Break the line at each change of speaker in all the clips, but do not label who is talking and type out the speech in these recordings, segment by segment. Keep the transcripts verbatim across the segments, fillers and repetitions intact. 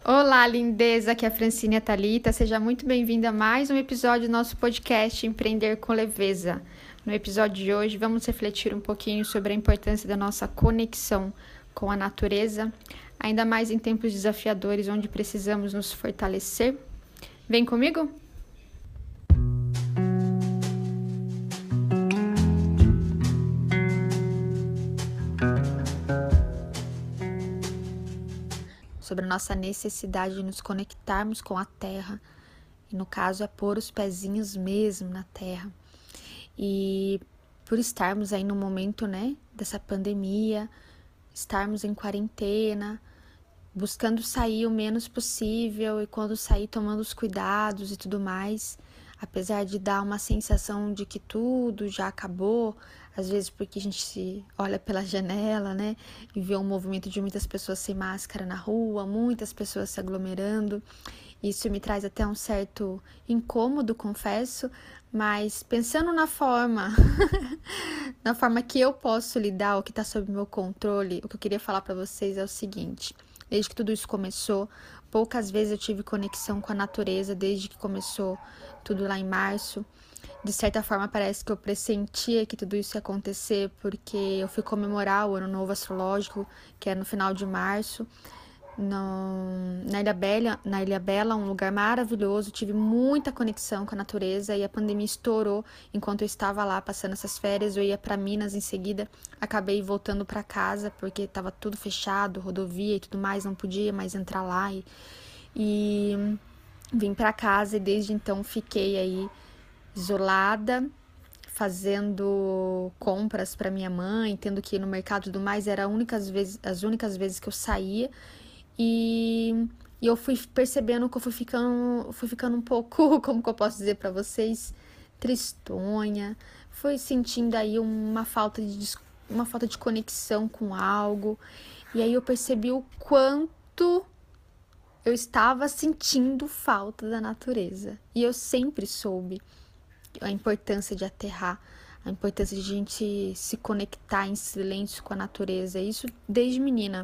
Olá, lindeza, aqui é a Francine Thalita. Seja muito bem-vinda a mais um episódio do nosso podcast Empreender com Leveza. No episódio de hoje, vamos refletir um pouquinho sobre a importância da nossa conexão com a natureza, ainda mais em tempos desafiadores onde precisamos nos fortalecer. Vem comigo? Sobre a nossa necessidade de nos conectarmos com a terra, e no caso é pôr os pezinhos mesmo na terra. E por estarmos aí no momento, né, dessa pandemia, estarmos em quarentena, buscando sair o menos possível e quando sair tomando os cuidados e tudo mais, apesar de dar uma sensação de que tudo já acabou, às vezes porque a gente se olha pela janela, né, e vê um movimento de muitas pessoas sem máscara na rua, muitas pessoas se aglomerando. Isso me traz até um certo incômodo, confesso, mas pensando na forma, na forma que eu posso lidar, o que está sob meu controle, o que eu queria falar para vocês é o seguinte: desde que tudo isso começou, poucas vezes eu tive conexão com a natureza, desde que começou tudo lá em março. De certa forma, parece que eu pressentia que tudo isso ia acontecer, porque eu fui comemorar o Ano Novo Astrológico, que é no final de março, no, na Ilha Bela, na Ilha Bela, um lugar maravilhoso. Tive muita conexão com a natureza e a pandemia estourou enquanto eu estava lá passando essas férias. Eu ia para Minas em seguida, acabei voltando para casa porque estava tudo fechado, rodovia e tudo mais, não podia mais entrar lá e, e vim para casa e desde então fiquei aí isolada, fazendo compras para minha mãe, tendo que ir no mercado e tudo mais. Era únicas vezes, as únicas vezes que eu saía. E, e eu fui percebendo que eu fui ficando, fui ficando um pouco, como que eu posso dizer para vocês, tristonha. Fui sentindo aí uma falta de, uma falta de conexão com algo. E aí eu percebi o quanto eu estava sentindo falta da natureza. E eu sempre soube a importância de aterrar, a importância de a gente se conectar em silêncio com a natureza, isso desde menina.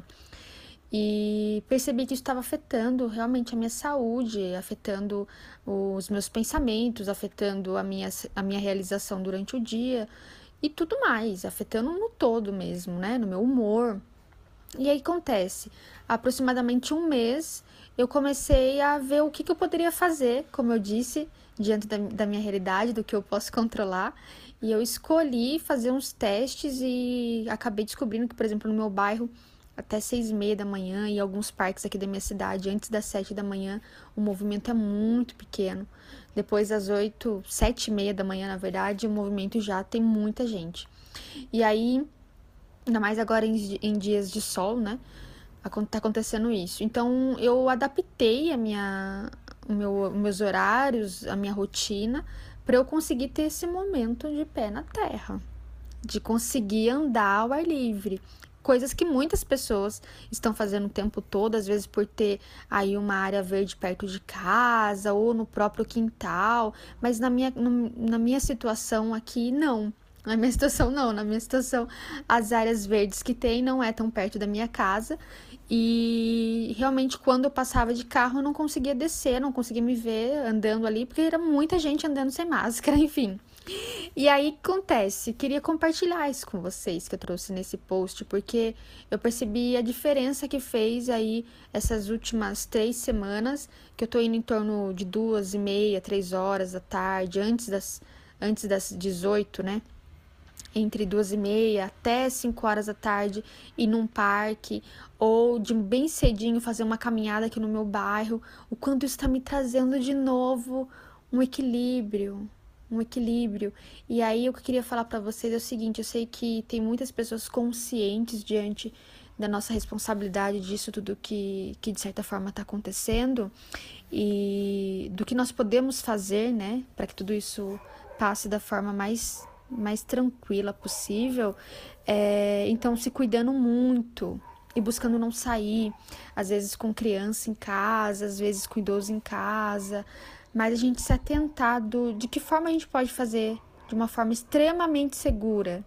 E percebi que isso estava afetando realmente a minha saúde, afetando os meus pensamentos, afetando a minha, a minha realização durante o dia e tudo mais, afetando no todo mesmo, né, no meu humor. E aí acontece, há aproximadamente um mês eu comecei a ver o que, que eu poderia fazer, como eu disse, diante da, da minha realidade, do que eu posso controlar. E eu escolhi fazer uns testes e acabei descobrindo que, por exemplo, no meu bairro, até seis e meia da manhã e alguns parques aqui da minha cidade, antes das sete da manhã, o movimento é muito pequeno. Depois das oito, sete e meia da manhã, na verdade, o movimento já tem muita gente. E aí, ainda mais agora em, em dias de sol, né? Tá acontecendo isso. Então, eu adaptei a minha, o meu, meus horários, a minha rotina, para eu conseguir ter esse momento de pé na terra, de conseguir andar ao ar livre. Coisas que muitas pessoas estão fazendo o tempo todo, às vezes por ter aí uma área verde perto de casa ou no próprio quintal, mas na minha, na minha situação aqui, não. Na minha situação, não. Na minha situação, as áreas verdes que tem não é tão perto da minha casa. E realmente, quando eu passava de carro, eu não conseguia descer, não conseguia me ver andando ali, porque era muita gente andando sem máscara, enfim. E aí, o que acontece? Queria compartilhar isso com vocês, que eu trouxe nesse post, porque eu percebi a diferença que fez aí essas últimas três semanas, que eu tô indo em torno de duas e meia, três horas da tarde, antes das, antes das dezoito, né? Entre duas e meia até cinco horas da tarde, ir num parque, ou de bem cedinho fazer uma caminhada aqui no meu bairro, o quanto isso está me trazendo de novo um equilíbrio, um equilíbrio. E aí o que eu queria falar para vocês é o seguinte: eu sei que tem muitas pessoas conscientes diante da nossa responsabilidade disso tudo que, que de certa forma está acontecendo, e do que nós podemos fazer, né, para que tudo isso passe da forma mais mais tranquila possível, é, então se cuidando muito e buscando não sair, às vezes com criança em casa, às vezes com idoso em casa, mas a gente se atentar do, de que forma a gente pode fazer de uma forma extremamente segura.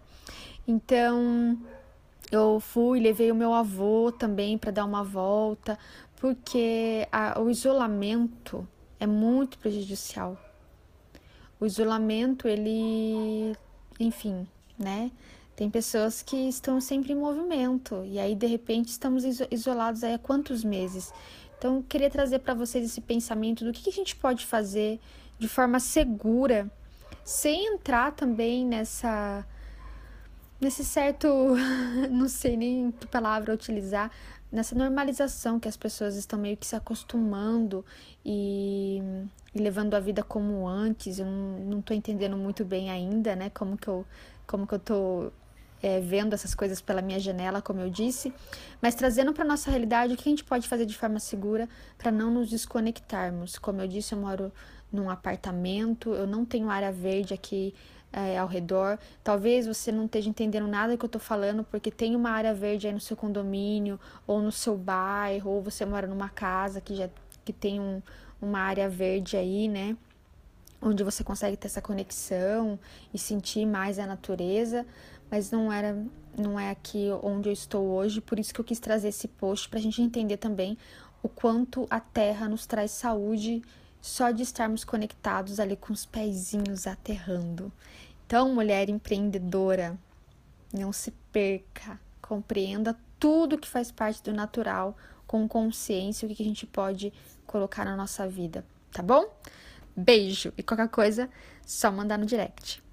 Então, eu fui, levei o meu avô também para dar uma volta, porque a, o isolamento é muito prejudicial. O isolamento, ele, enfim, né? Tem pessoas que estão sempre em movimento e aí de repente estamos isolados aí há quantos meses? Então, eu queria trazer para vocês esse pensamento do que, que a gente pode fazer de forma segura, sem entrar também nessa nesse certo, não sei nem que palavra utilizar, nessa normalização que as pessoas estão meio que se acostumando e, e levando a vida como antes. Eu não, não tô entendendo muito bem ainda, né, como que eu, como que eu tô é, vendo essas coisas pela minha janela, como eu disse, mas trazendo para nossa realidade o que a gente pode fazer de forma segura para não nos desconectarmos. Como eu disse, eu moro num apartamento, eu não tenho área verde aqui é, ao redor. Talvez você não esteja entendendo nada que eu tô falando, porque tem uma área verde aí no seu condomínio, ou no seu bairro, ou você mora numa casa que já que tem um, uma área verde aí, né? Onde você consegue ter essa conexão e sentir mais a natureza, mas não era, não é aqui onde eu estou hoje, por isso que eu quis trazer esse post para a gente entender também o quanto a Terra nos traz saúde só de estarmos conectados ali com os pezinhos aterrando. Então, mulher empreendedora, não se perca, compreenda tudo que faz parte do natural com consciência, o que a gente pode colocar na nossa vida, tá bom? Beijo e qualquer coisa, só mandar no direct.